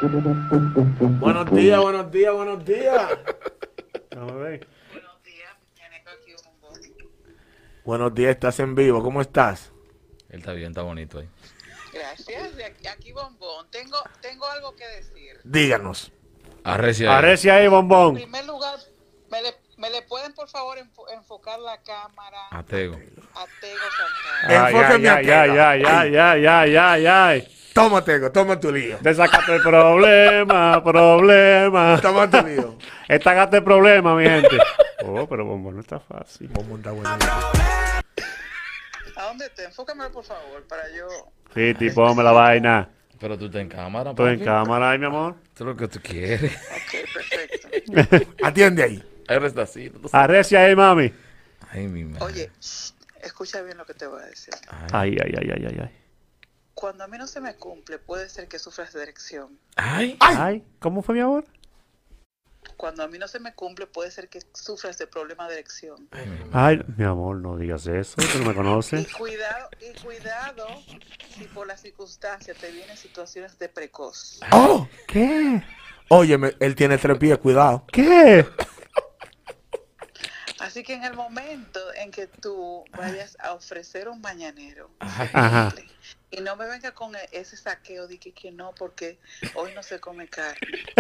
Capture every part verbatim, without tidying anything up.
Buenos días, buenos días, buenos días. Vamos a ver. Buenos días, Ñaneco aquí bombón. Buenos días, estás en vivo, ¿cómo estás? Él está bien, está bonito ahí. Gracias, de aquí, aquí bombón. Tengo, tengo algo que decir. Díganos. Arrecia ahí. Arrecia ahí, En bombón. primer lugar, ¿me le, me le pueden por favor enfo- enfocar la cámara Atego. a Tego Santana? Ay, Enfóqueme ay, a ay, Tega. ay, ay, ay, ay, ay, ay. Toma, Tego, toma tu lío. Te sacaste el problema, problema. Toma tu lío. Esta el problema, mi gente. Oh, pero bombón no está fácil. Vamos a estar bueno. ¿A dónde te? Enfócamelo por favor para yo. Sí, tipo, ponme la vaina. Pero tú estás en cámara, Estoy en papi. cámara ahí, mi amor. Esto es lo que tú quieres. Ok, perfecto. Atiende ahí. Ahí resta así. ¿no? Arrecia ahí, mami. Ay, mi madre. Oye, shh, escucha bien lo que te voy a decir. Ay, ay, ay, ay, ay, ay. Cuando a mí no se me cumple, puede ser que sufras de erección. Ay. Ay, ¿cómo fue, mi amor? Cuando a mí no se me cumple, puede ser que sufras de problema de erección. Ay, mi madre. Ay, mi amor, no digas eso, tú no me Y conoces. cuidado, y cuidado si por las circunstancias te vienen situaciones de precoz. ¡Oh! ¿Qué? Óyeme, él tiene tres pies, cuidado. ¿Qué? Así que en el momento en que tú vayas a ofrecer un mañanero, Ajá. y no me venga con e- ese saqueo de que, que no, porque hoy no se come carne.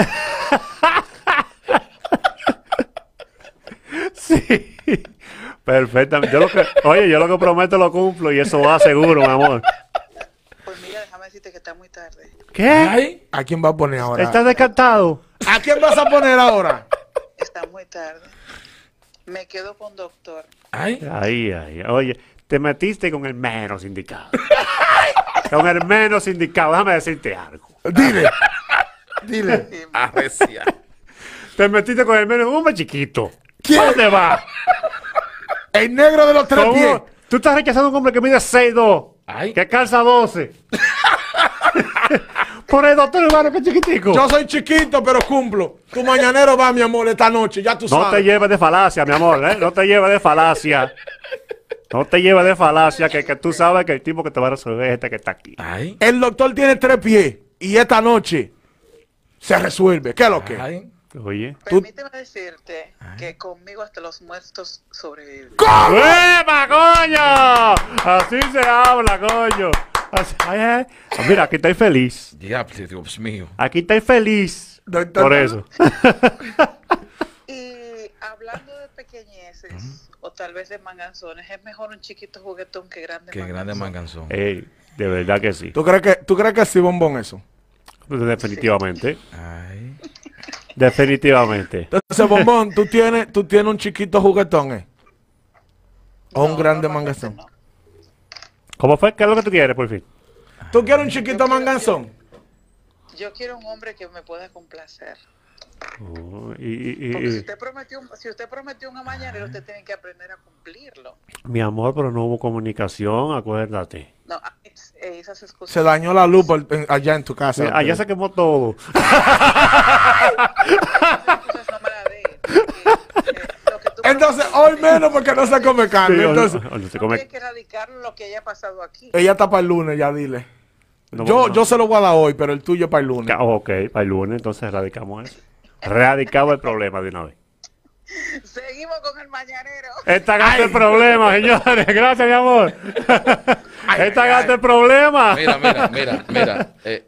Sí. Perfectamente. Yo lo que, oye, yo lo que prometo lo cumplo y eso va seguro, mi amor. Pues mira, déjame decirte que está muy tarde. ¿Qué? Ay. ¿A quién va a poner ahora? ¿Estás descartado? ¿A quién vas a poner ahora? Está muy tarde. Me quedo con doctor. Ay. Ahí, ahí. Oye, te metiste con el menos indicado. Con el menos indicado. Déjame decirte algo. Dile. Dile. Dime. Arrecia. Te metiste con el menos. Un hombre chiquito. ¿Quién? ¿Dónde va? El negro de los tres ¿Cómo? pies. Tú estás rechazando a un hombre que mide seis dos. Ay. Que calza doce. Por el doctor hermano, que chiquitico. Yo soy chiquito, pero cumplo. Tu mañanero va, mi amor, esta noche, ya tú No sabes. te lleves de falacia, mi amor, ¿eh? No te lleves de falacia. No te lleves de falacia, que, que tú sabes que el tipo que te va a resolver es este que está aquí. Ay. El doctor tiene tres pies y esta noche se resuelve. ¿Qué es lo que? Ay. Oye. Tú- Permíteme decirte que conmigo hasta los muertos sobreviven. ¡Epa, coño! Así se habla, coño. Así- ay, ay. Ah, mira, aquí estáis feliz. Diablo, Dios mío. Aquí estáis feliz. Doctor, Por eso. Y hablando de pequeñeces o tal vez de manganzones, es mejor un chiquito juguetón que grande Qué grande manganzón. manganzón. Ey, de verdad que sí. ¿Tú crees que, tú crees que sí, bombón, eso? Pues definitivamente. Ay. Definitivamente. Entonces, bombón, tú tienes, tú tienes un chiquito juguetón, ¿eh? O un No, grande normalmente manganzón. no. ¿Cómo fue? ¿Qué es lo que tú quieres, por fin? ¿Tú quieres un chiquito manganzón? Yo quiero un hombre que me pueda complacer. Oh, y, y- y- Porque si y- usted prometió un, si usted prometió un mañanero, usted tiene que aprender a cumplirlo. mi amor, pero no hubo comunicación, acuérdate. No, ah, es- eh, esas excusas. Se dañó la luz por- en- allá en tu casa. Mira, allá se quemó todo. esas excusas no me las dé. porque, eh, lo que tú Entonces, prometiste, hoy menos porque no se come carne. Sí, o- Entonces, o- o no se no come- tienes que erradicar lo que haya pasado aquí. ella está para el lunes, ya dile. no, Yo, no. yo se lo voy a dar hoy, pero el tuyo para el lunes. Ca- Ok, para el lunes, entonces erradicamos eso. Erradicamos el problema de una vez. Seguimos con el mañanero. Esta gasta el problema, señores. Gracias, mi amor. Esta gasta el problema. Mira, mira, mira, mira. Eh,